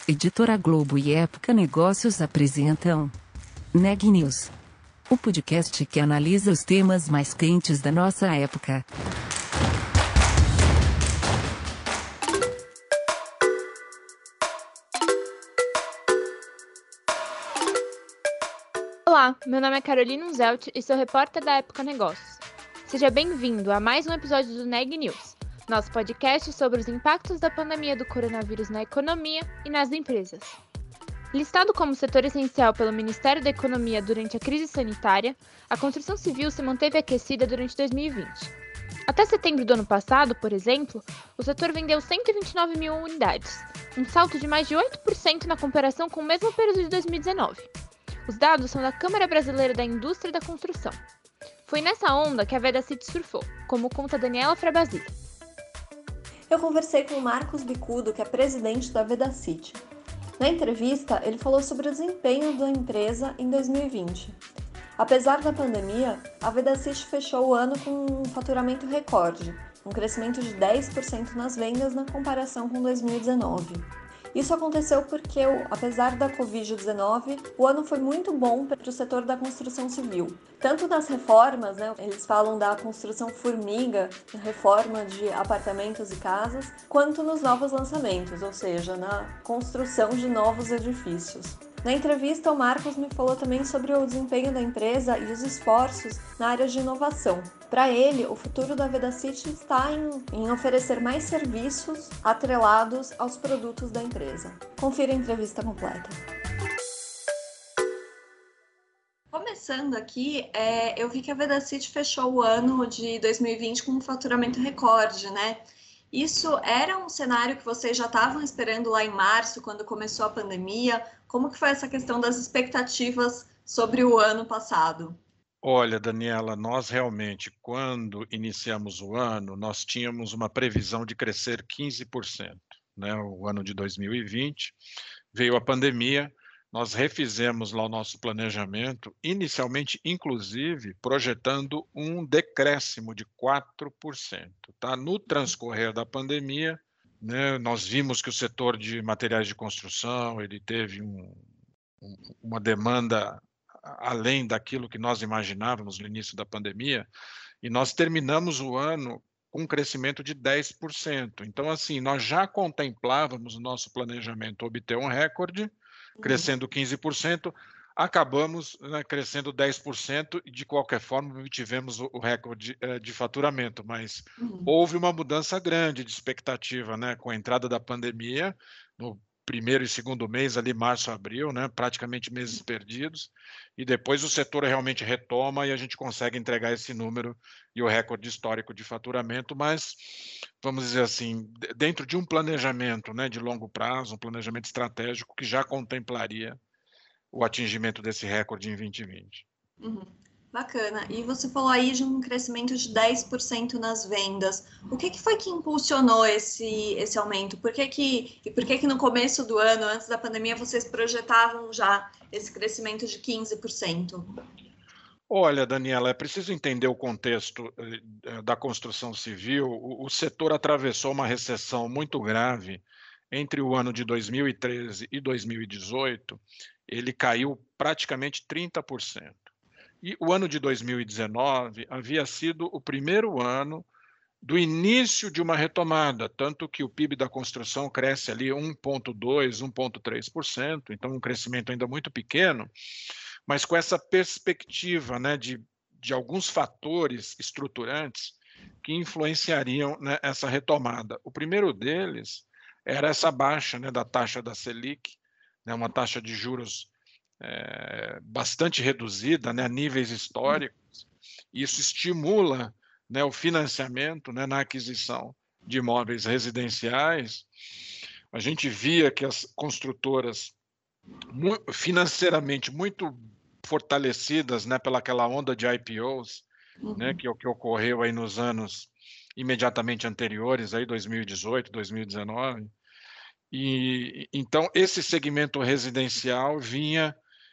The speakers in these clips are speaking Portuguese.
Editora Globo e Época Negócios apresentam Neg News, o podcast que analisa os temas mais quentes da nossa época. Olá, meu nome é Carolina Unzelt e sou repórter da Época Negócios. Seja bem-vindo a mais um episódio do Neg News, nosso podcast sobre os impactos da pandemia do coronavírus na economia e nas empresas. Listado como setor essencial pelo Ministério da Economia durante a crise sanitária, a construção civil se manteve aquecida durante 2020. Até setembro do ano passado, por exemplo, o setor vendeu 129 mil unidades, um salto de mais de 8% na comparação com o mesmo período de 2019. Os dados são da Câmara Brasileira da Indústria da Construção. Foi nessa onda que a Vedacity surfou, como conta Daniela Frabasile. Eu conversei com o Marcos Bicudo, que é presidente da Vedacity. Na entrevista, ele falou sobre o desempenho da empresa em 2020. Apesar da pandemia, a Vedacity fechou o ano com um faturamento recorde, um crescimento de 10% nas vendas na comparação com 2019. Isso aconteceu porque, apesar da Covid-19, o ano foi muito bom para o setor da construção civil. Tanto nas reformas, eles falam da construção formiga, reforma de apartamentos e casas, quanto nos novos lançamentos, ou seja, na construção de novos edifícios. Na entrevista, o Marcos me falou também sobre o desempenho da empresa e os esforços na área de inovação. Para ele, o futuro da Vedacity está em oferecer mais serviços atrelados aos produtos da empresa. Confira a entrevista completa. Começando aqui, eu vi que a Vedacity fechou o ano de 2020 com um faturamento recorde, né? Isso era um cenário que vocês já estavam esperando lá em março, quando começou a pandemia? Como que foi essa questão das expectativas sobre o ano passado? Olha, Daniela, nós realmente, quando iniciamos o ano, nós tínhamos uma previsão de crescer 15%, né? O ano de 2020, veio a pandemia, nós refizemos lá o nosso planejamento, inicialmente, inclusive, projetando um decréscimo de 4%. Tá? No transcorrer da pandemia, né, nós vimos que o setor de materiais de construção ele teve uma demanda além daquilo que nós imaginávamos no início da pandemia, e nós terminamos o ano com um crescimento de 10%. Então, assim, nós já contemplávamos no nosso planejamento obter um recorde, crescendo 15%, acabamos crescendo 10% e, de qualquer forma, tivemos o recorde de faturamento, mas houve uma mudança grande de expectativa, né, com a entrada da pandemia, no primeiro e segundo mês, ali março, abril, né, praticamente meses perdidos, e depois o setor realmente retoma e a gente consegue entregar esse número e o recorde histórico de faturamento, mas, vamos dizer assim, dentro de um planejamento, né, de longo prazo, um planejamento estratégico que já contemplaria o atingimento desse recorde em 2020. Bacana. E você falou aí de um crescimento de 10% nas vendas. O que foi que impulsionou esse aumento? Por que no começo do ano, antes da pandemia, vocês projetavam já esse crescimento de 15%? Olha, Daniela, é preciso entender o contexto da construção civil. O setor atravessou uma recessão muito grave entre o ano de 2013 e 2018. Ele caiu praticamente 30%. E o ano de 2019 havia sido o primeiro ano do início de uma retomada, tanto que o PIB da construção cresce ali 1,2%, 1,3%, então um crescimento ainda muito pequeno, mas com essa perspectiva, né, de alguns fatores estruturantes que influenciariam, né, essa retomada. O primeiro deles era essa baixa, né, da taxa da Selic, né, uma taxa de juros bastante reduzida, né, a níveis históricos. Isso estimula, né, o financiamento, né, na aquisição de imóveis residenciais. A gente via que as construtoras financeiramente muito fortalecidas, né, pelaquela onda de IPOs, né, que ocorreu aí nos anos imediatamente anteriores, aí 2018, 2019. E então esse segmento residencial vinha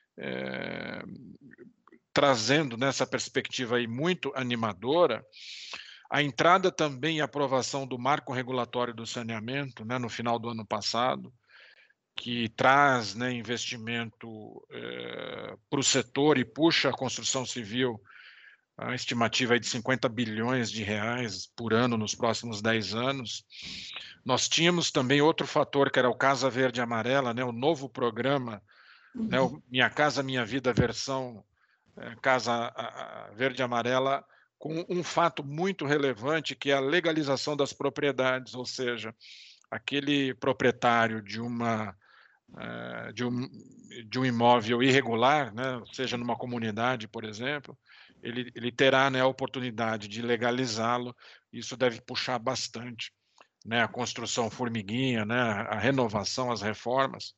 trazendo nessa perspectiva aí muito animadora a entrada também e aprovação do marco regulatório do saneamento, né, no final do ano passado, que traz, né, investimento para o setor e puxa a construção civil, a estimativa é de 50 bilhões de reais por ano nos próximos 10 anos. Nós tínhamos também outro fator, que era o Casa Verde e Amarela, né, o novo programa, né, o Minha Casa Minha Vida versão Casa Verde e Amarela, com um fato muito relevante, que é a legalização das propriedades, ou seja, aquele proprietário de um imóvel irregular, né, seja numa comunidade, por exemplo, ele terá, né, a oportunidade de legalizá-lo. Isso deve puxar bastante, né, a construção formiguinha, né, a renovação, as reformas.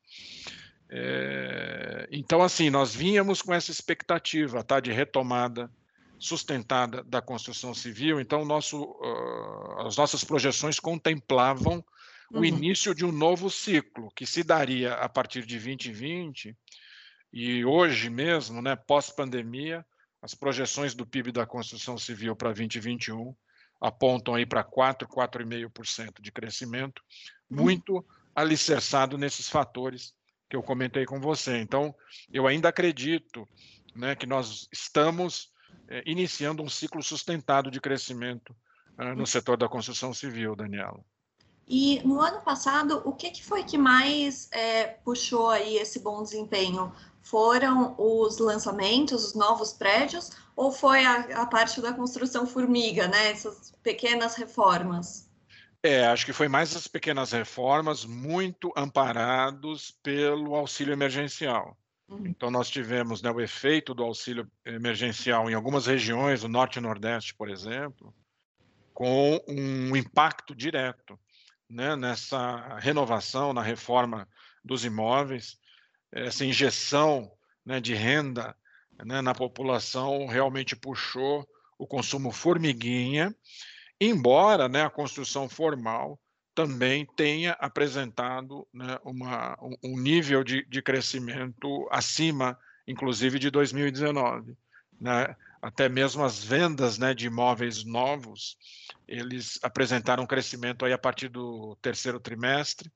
Então, assim, nós vínhamos com essa expectativa, tá, de retomada sustentada da construção civil. Então, as nossas projeções contemplavam o início de um novo ciclo, que se daria a partir de 2020, e hoje mesmo, né, pós-pandemia, as projeções do PIB da construção civil para 2021 apontam aí para 4,5% de crescimento, muito alicerçado nesses fatores que eu comentei com você. Então, eu ainda acredito, né, que nós estamos iniciando um ciclo sustentado de crescimento no setor da construção civil, Daniela. E no ano passado, o que foi que mais puxou aí esse bom desempenho? Foram os lançamentos, os novos prédios, ou foi a parte da construção formiga, né? Essas pequenas reformas? Acho que foi mais as pequenas reformas, muito amparados pelo auxílio emergencial. Então, nós tivemos, né, o efeito do auxílio emergencial em algumas regiões, do Norte e Nordeste, por exemplo, com um impacto direto, né, nessa renovação, na reforma dos imóveis. Essa injeção, né, de renda, né, na população realmente puxou o consumo formiguinha, embora, né, a construção formal também tenha apresentado, né, um nível de crescimento acima, inclusive, de 2019. Né? Até mesmo as vendas, né, de imóveis novos, eles apresentaram um crescimento aí a partir do terceiro trimestre.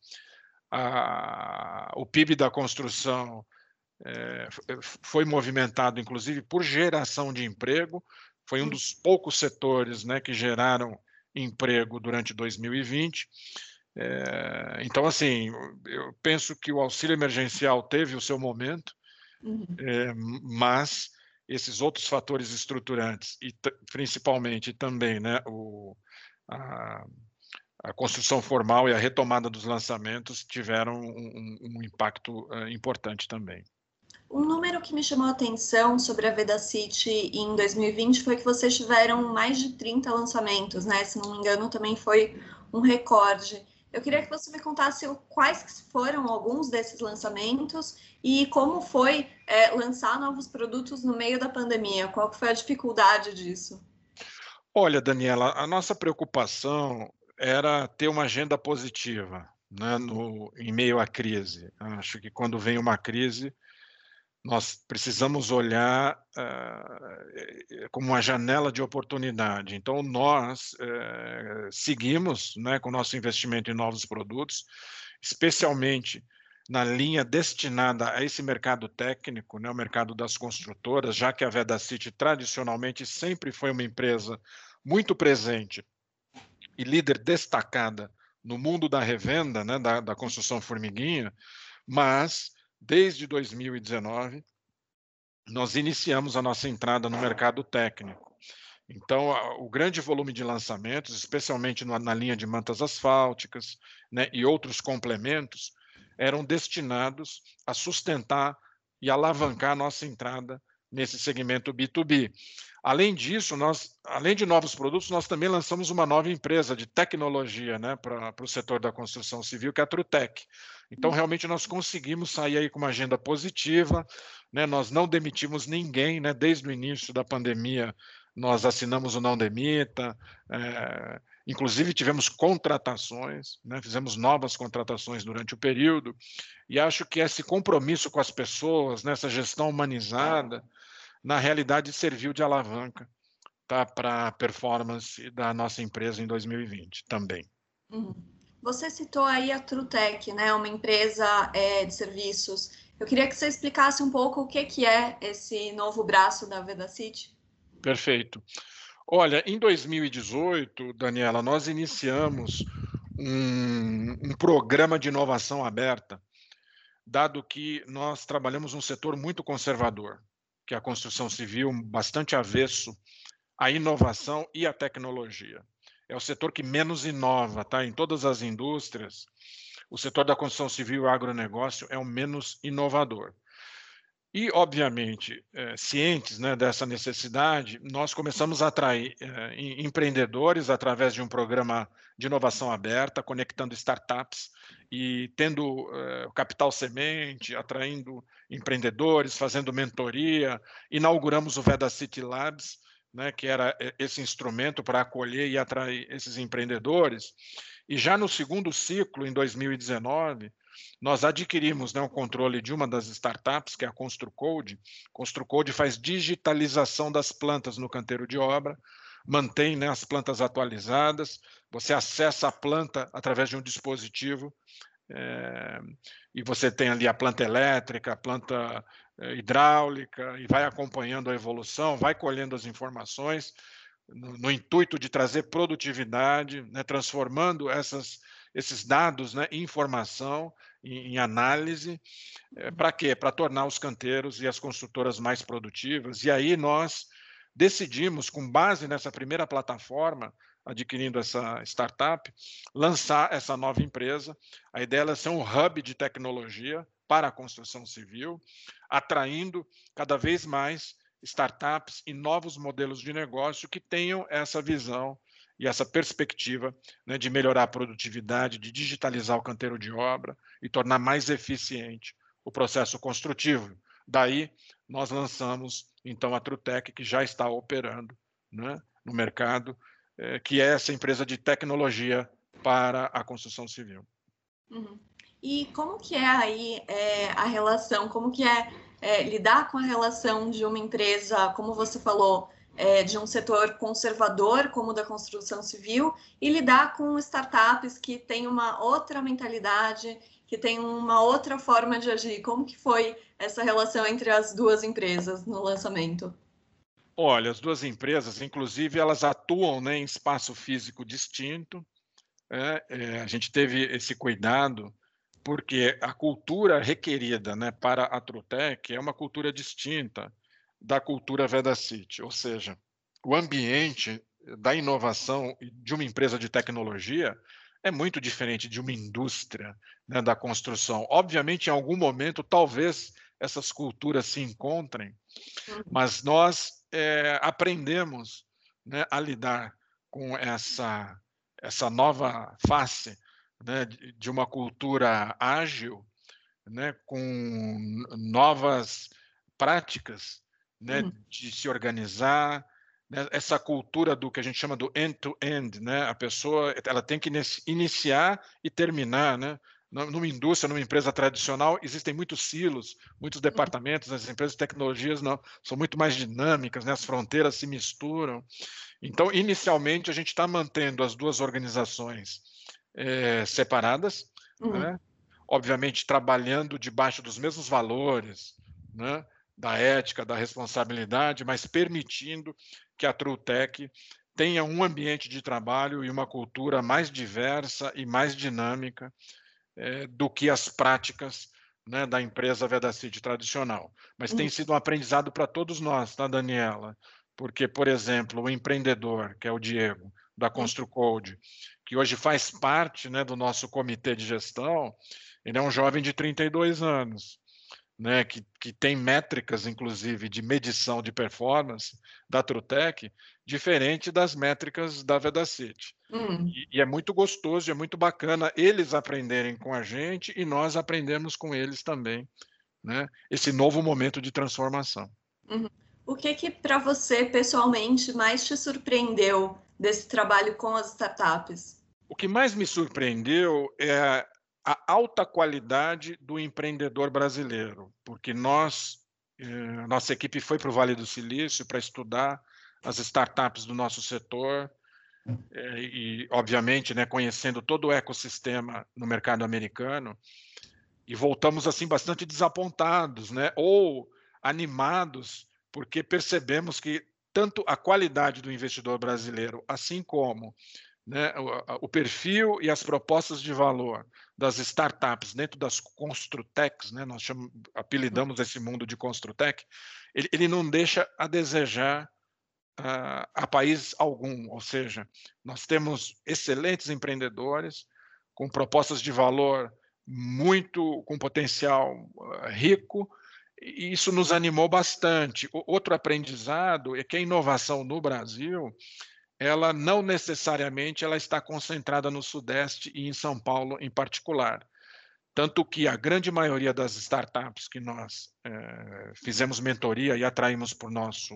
O PIB da construção foi movimentado, inclusive, por geração de emprego. Foi um dos poucos setores, né, que geraram emprego durante 2020. Então, assim, eu penso que o auxílio emergencial teve o seu momento, mas esses outros fatores estruturantes, e principalmente também, né, a construção formal e a retomada dos lançamentos tiveram um impacto importante também. Um número que me chamou a atenção sobre a Vedacity em 2020 foi que vocês tiveram mais de 30 lançamentos, né? Se não me engano, também foi um recorde. Eu queria que você me contasse quais foram alguns desses lançamentos e como foi lançar novos produtos no meio da pandemia. Qual foi a dificuldade disso? Olha, Daniela, a nossa preocupação era ter uma agenda positiva, né, em meio à crise. Acho que quando vem uma crise, nós precisamos olhar como uma janela de oportunidade. Então, nós seguimos, né, com o nosso investimento em novos produtos, especialmente na linha destinada a esse mercado técnico, né, o mercado das construtoras, já que a Vedacity tradicionalmente sempre foi uma empresa muito presente e líder destacada no mundo da revenda, né, da construção formiguinha, mas desde 2019, nós iniciamos a nossa entrada no mercado técnico. Então, o grande volume de lançamentos, especialmente na linha de mantas asfálticas, né, e outros complementos, eram destinados a sustentar e alavancar a nossa entrada nesse segmento B2B. Além disso, além de novos produtos, nós também lançamos uma nova empresa de tecnologia, né, para o setor da construção civil, que é a Trutec. Então, realmente, nós conseguimos sair aí com uma agenda positiva, né, nós não demitimos ninguém, né, desde o início da pandemia, nós assinamos o Não Demita, inclusive tivemos contratações, né, fizemos novas contratações durante o período, e acho que esse compromisso com as pessoas, nessa gestão humanizada, na realidade serviu de alavanca, tá, para a performance da nossa empresa em 2020 também. Você citou aí a Trutec, né, uma empresa de serviços. Eu queria que você explicasse um pouco o que é esse novo braço da Vedacity. Perfeito. Olha, em 2018, Daniela, nós iniciamos um programa de inovação aberta, dado que nós trabalhamos num setor muito conservador, que é a construção civil, bastante avesso à inovação e à tecnologia. É o setor que menos inova, tá? Em todas as indústrias, o setor da construção civil e agronegócio é o menos inovador. E, obviamente, cientes, né, dessa necessidade, nós começamos a atrair empreendedores através de um programa de inovação aberta, conectando startups e tendo capital semente, atraindo empreendedores, fazendo mentoria. Inauguramos o Vedacity Labs, né, que era esse instrumento para acolher e atrair esses empreendedores. E já no segundo ciclo, em 2019, nós adquirimos, né, o controle de uma das startups, que é a ConstruCode. ConstruCode faz digitalização das plantas no canteiro de obra, mantém, né, as plantas atualizadas, você acessa a planta através de um dispositivo, e você tem ali a planta elétrica, a planta hidráulica, e vai acompanhando a evolução, vai colhendo as informações, no intuito de trazer produtividade, né, transformando esses dados, né, em informação, em análise. Para quê? Para tornar os canteiros e as construtoras mais produtivas. E aí nós decidimos, com base nessa primeira plataforma, adquirindo essa startup, lançar essa nova empresa. A ideia é ser um hub de tecnologia para a construção civil, atraindo cada vez mais startups e novos modelos de negócio que tenham essa visão e essa perspectiva, né, de melhorar a produtividade, de digitalizar o canteiro de obra e tornar mais eficiente o processo construtivo. Daí, nós lançamos, então, a Trutec, que já está operando, né, no mercado, que é essa empresa de tecnologia para a construção civil. Uhum. E como que é aí a relação, como que é lidar com a relação de uma empresa, como você falou, de um setor conservador, como o da construção civil, e lidar com startups que têm uma outra mentalidade, que têm uma outra forma de agir? Como que foi essa relação entre as duas empresas no lançamento? Olha, as duas empresas, inclusive, elas atuam, né, em espaço físico distinto. A gente teve esse cuidado porque a cultura requerida, né, para a Trutec é uma cultura distinta da cultura Vedacity, ou seja, o ambiente da inovação de uma empresa de tecnologia é muito diferente de uma indústria, né, da construção. Obviamente, em algum momento, talvez essas culturas se encontrem, mas nós aprendemos, né, a lidar com essa nova face, né, de uma cultura ágil, né, com novas práticas, né, de se organizar, né, essa cultura do que a gente chama do end-to-end, né, a pessoa ela tem que iniciar e terminar, né. Numa indústria, numa empresa tradicional, existem muitos silos, muitos departamentos. As empresas de tecnologias não, são muito mais dinâmicas, né, as fronteiras se misturam. Então, inicialmente, a gente está mantendo as duas organizações separadas, né? Obviamente trabalhando debaixo dos mesmos valores, né, da ética, da responsabilidade, mas permitindo que a Trutec tenha um ambiente de trabalho e uma cultura mais diversa e mais dinâmica do que as práticas, né, da empresa Vedacity tradicional. Mas tem sido um aprendizado para todos nós, tá, Daniela? Porque, por exemplo, o empreendedor, que é o Diego, da ConstruCode, que hoje faz parte, né, do nosso comitê de gestão, ele é um jovem de 32 anos, né, que tem métricas, inclusive, de medição de performance da Trutec, diferente das métricas da Vedacity. E é muito gostoso, é muito bacana eles aprenderem com a gente e nós aprendemos com eles também, né, esse novo momento de transformação. O que para você, pessoalmente, mais te surpreendeu desse trabalho com as startups? O que mais me surpreendeu é a alta qualidade do empreendedor brasileiro, porque nossa equipe foi para o Vale do Silício para estudar as startups do nosso setor, e obviamente, né, conhecendo todo o ecossistema no mercado americano, e voltamos assim bastante desapontados, né, ou animados, porque percebemos que tanto a qualidade do investidor brasileiro, assim como, né, o perfil e as propostas de valor das startups dentro das construtechs, né, nós apelidamos esse mundo de construtech, ele não deixa a desejar a país algum, ou seja, nós temos excelentes empreendedores com propostas de valor muito com potencial rico, e isso nos animou bastante. Outro aprendizado é que a inovação no Brasil, ela não necessariamente ela está concentrada no Sudeste e em São Paulo em particular. Tanto que a grande maioria das startups que nós fizemos mentoria e atraímos para o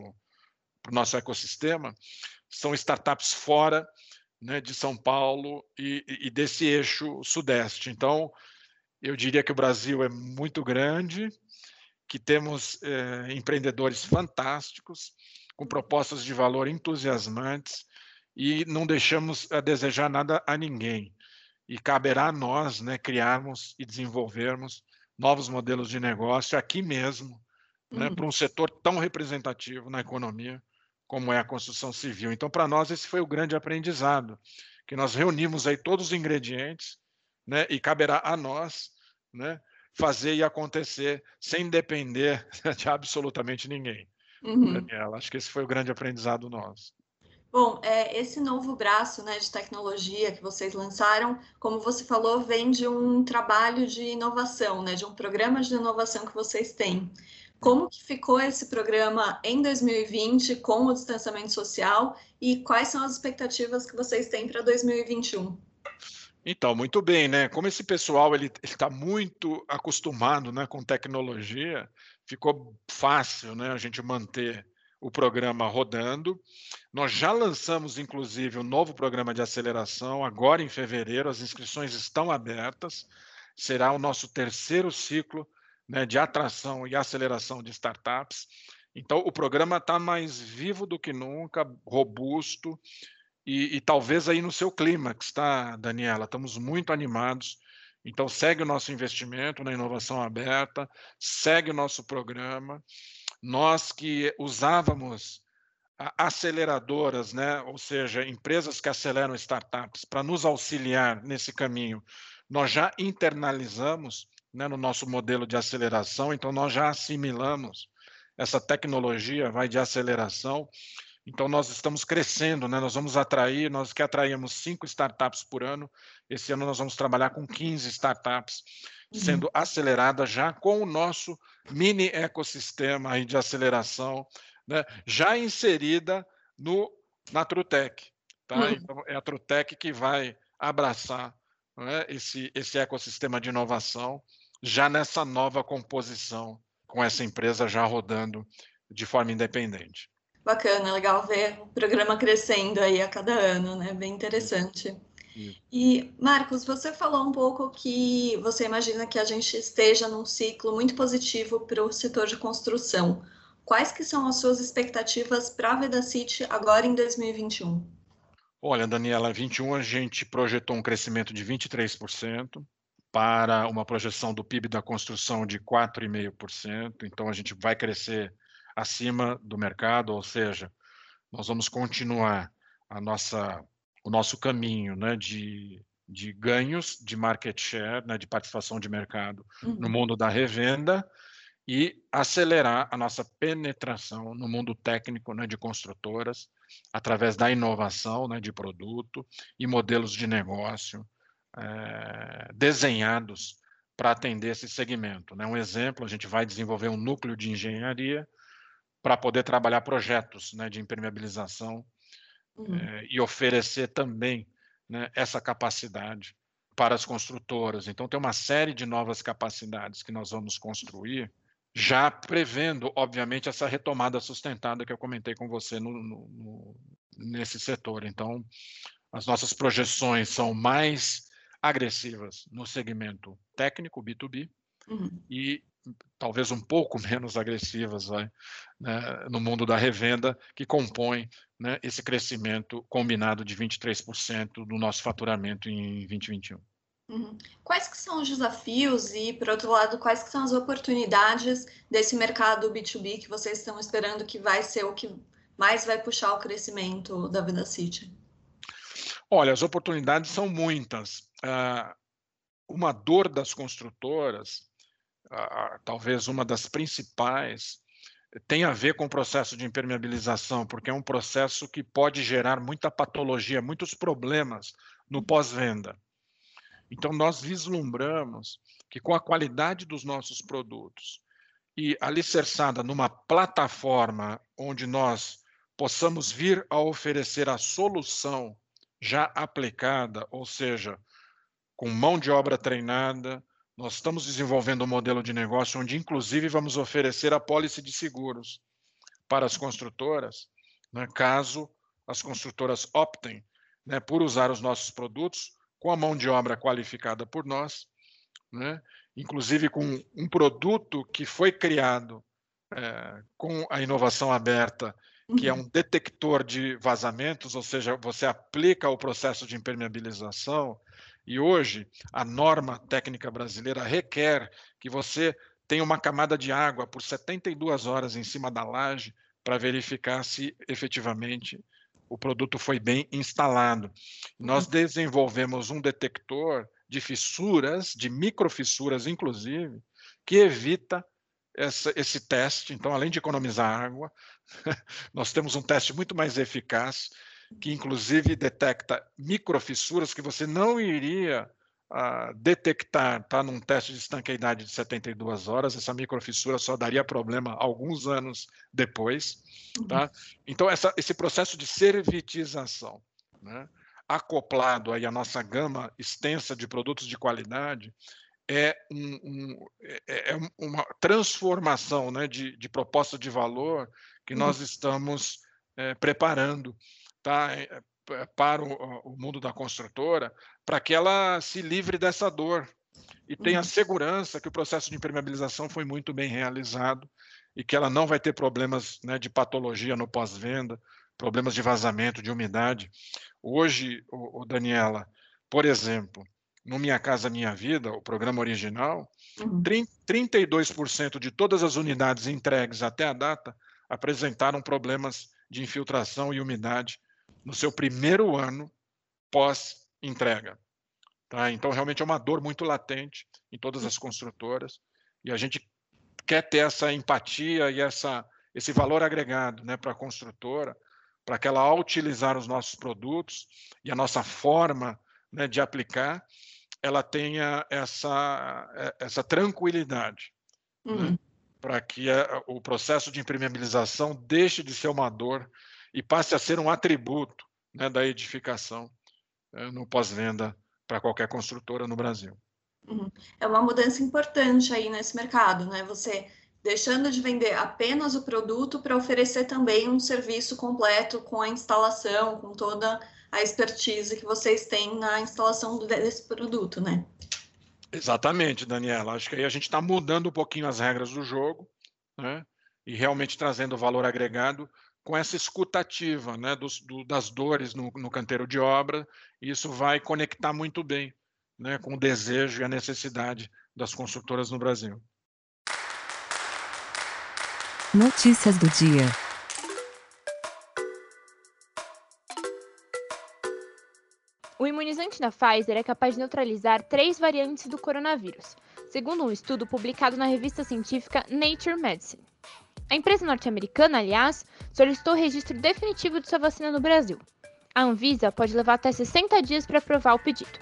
nosso ecossistema são startups fora, né, de São Paulo e desse eixo Sudeste. Então, eu diria que o Brasil é muito grande, que temos empreendedores fantásticos, com propostas de valor entusiasmantes, e não deixamos a desejar nada a ninguém. E caberá a nós, né, criarmos e desenvolvermos novos modelos de negócio aqui mesmo, né, para um setor tão representativo na economia como é a construção civil. Então, para nós, esse foi o grande aprendizado, que nós reunimos aí todos os ingredientes, né, e caberá a nós, né, fazer e acontecer sem depender de absolutamente ninguém. Daniela, acho que esse foi o grande aprendizado nosso. Bom, esse novo braço, né, de tecnologia que vocês lançaram, como você falou, vem de um trabalho de inovação, né, de um programa de inovação que vocês têm. Como que ficou esse programa em 2020 com o distanciamento social e quais são as expectativas que vocês têm para 2021? Então, muito bem, né? Como esse pessoal ele está muito acostumado, né, com tecnologia, ficou fácil, né, a gente manter o programa rodando. Nós já lançamos, inclusive, um novo programa de aceleração agora em fevereiro. As inscrições estão abertas. Será o nosso terceiro ciclo, né, de atração e aceleração de startups. Então, o programa está mais vivo do que nunca, robusto e talvez aí no seu clímax, tá, Daniela? Estamos muito animados. Então, segue o nosso investimento na inovação aberta, segue o nosso programa. Nós que usávamos aceleradoras, né, ou seja, empresas que aceleram startups para nos auxiliar nesse caminho, nós já internalizamos, né, no nosso modelo de aceleração, então nós já assimilamos essa tecnologia de aceleração. Então nós estamos crescendo, né? Nós vamos atrair, nós que atraímos 5 startups por ano, esse ano nós vamos trabalhar com 15 startups, sendo aceleradas já com o nosso mini ecossistema aí de aceleração, né, já inserida na Trutech, tá? Então é a Trutech que vai abraçar, né, esse ecossistema de inovação já nessa nova composição, com essa empresa já rodando de forma independente. Bacana, legal ver o programa crescendo aí a cada ano, né? Bem interessante. E, Marcos, você falou um pouco que você imagina que a gente esteja num ciclo muito positivo para o setor de construção. Quais que são as suas expectativas para a Vedacity agora em 2021? Olha, Daniela, 21 a gente projetou um crescimento de 23% para uma projeção do PIB da construção de 4,5%. Então, a gente vai crescer acima do mercado, ou seja, nós vamos continuar o nosso caminho, né, de ganhos de market share, né, de participação de mercado no mundo da revenda e acelerar a nossa penetração no mundo técnico, né, de construtoras, através da inovação, né, de produto e modelos de negócio desenhados para atender esse segmento, né? Um exemplo, a gente vai desenvolver um núcleo de engenharia para poder trabalhar projetos, né, de impermeabilização e oferecer também, né, essa capacidade para as construtoras. Então, tem uma série de novas capacidades que nós vamos construir, já prevendo, obviamente, essa retomada sustentada que eu comentei com você nesse setor. Então, as nossas projeções são mais agressivas no segmento técnico, B2B, e talvez um pouco menos agressivas, né, no mundo da revenda, que compõe né, esse crescimento combinado de 23% do nosso faturamento em 2021. Quais que são os desafios e, por outro lado, quais que são as oportunidades desse mercado B2B que vocês estão esperando que vai ser o que mais vai puxar o crescimento da Vedacity? Olha, as oportunidades são muitas. Uma dor das construtoras, talvez uma das principais, tem a ver com o processo de impermeabilização, porque é um processo que pode gerar muita patologia, muitos problemas no pós-venda. Então, nós vislumbramos que com a qualidade dos nossos produtos e alicerçada numa plataforma onde nós possamos vir a oferecer a solução já aplicada, ou seja, com mão de obra treinada, nós estamos desenvolvendo um modelo de negócio onde, inclusive, vamos oferecer a pólice de seguros para as construtoras, né, caso as construtoras optem, né, por usar os nossos produtos com a mão de obra qualificada por nós, né, inclusive com um produto que foi criado com a inovação aberta, que é um detector de vazamentos, ou seja, você aplica o processo de impermeabilização, e hoje a norma técnica brasileira requer que você tenha uma camada de água por 72 horas em cima da laje para verificar se efetivamente o produto foi bem instalado. Nós desenvolvemos um detector de fissuras, de microfissuras inclusive, que evita esse teste. Então, além de economizar água, nós temos um teste muito mais eficaz, que inclusive detecta microfissuras que você não iria detectar, tá, num teste de estanqueidade de 72 horas. Essa microfissura só daria problema alguns anos depois. Tá? Então, esse processo de servitização, né, acoplado aí à nossa gama extensa de produtos de qualidade, é uma transformação, né, de proposta de valor que nós estamos preparando, tá, para o mundo da construtora, para que ela se livre dessa dor e tenha segurança que o processo de impermeabilização foi muito bem realizado e que ela não vai ter problemas, né, de patologia no pós-venda, problemas de vazamento, de umidade. Hoje, Daniela, por exemplo, no Minha Casa Minha Vida, o programa original, 32% de todas as unidades entregues até a data apresentaram problemas de infiltração e umidade no seu primeiro ano pós-entrega. Tá? Então, realmente é uma dor muito latente em todas as construtoras, e a gente quer ter essa empatia e esse valor agregado, né, para a construtora, para que ela, ao utilizar os nossos produtos e a nossa forma, né, de aplicar, ela tenha essa tranquilidade, né, para que o processo de impermeabilização deixe de ser uma dor e passe a ser um atributo, né, da edificação no pós-venda para qualquer construtora no Brasil. É uma mudança importante aí nesse mercado, né? Você deixando de vender apenas o produto para oferecer também um serviço completo com a instalação, com toda a expertise que vocês têm na instalação desse produto, né? Exatamente, Daniela. Acho que aí a gente está mudando um pouquinho as regras do jogo, né? E realmente trazendo valor agregado com essa escuta ativa, né, das dores no canteiro de obra. E isso vai conectar muito bem, né, com o desejo e a necessidade das construtoras no Brasil. Notícias do dia. O imunizante da Pfizer é capaz de neutralizar 3 variantes do coronavírus, segundo um estudo publicado na revista científica Nature Medicine. A empresa norte-americana, aliás, solicitou o registro definitivo de sua vacina no Brasil. A Anvisa pode levar até 60 dias para aprovar o pedido.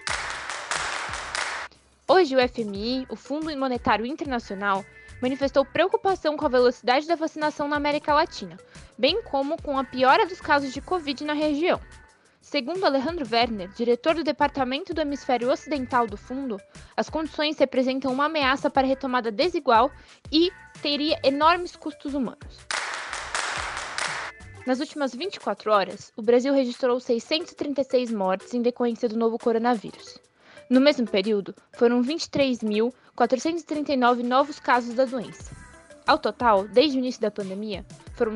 Hoje, o FMI, o Fundo Monetário Internacional, manifestou preocupação com a velocidade da vacinação na América Latina, bem como com a piora dos casos de Covid na região. Segundo Alejandro Werner, diretor do Departamento do Hemisfério Ocidental do Fundo, as condições representam uma ameaça para a retomada desigual e teria enormes custos humanos. Nas últimas 24 horas, o Brasil registrou 636 mortes em decorrência do novo coronavírus. No mesmo período, foram 23.439 novos casos da doença. Ao total, desde o início da pandemia, foram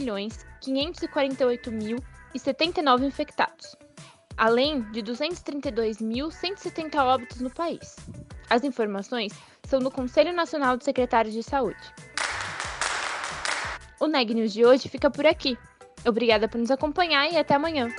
9.548.079 infectados, além de 232.170 óbitos no país. As informações são do Conselho Nacional de Secretários de Saúde. O Neg News de hoje fica por aqui. Obrigada por nos acompanhar e até amanhã.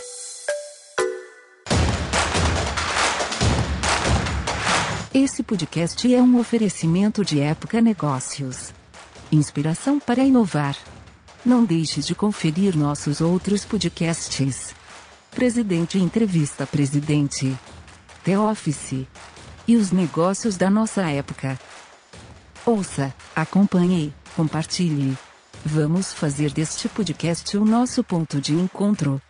Esse podcast é um oferecimento de Época Negócios. Inspiração para inovar. Não deixe de conferir nossos outros podcasts. Presidente Entrevista Presidente. The Office. E os negócios da nossa época. Ouça, acompanhe, compartilhe. Vamos fazer deste podcast o nosso ponto de encontro.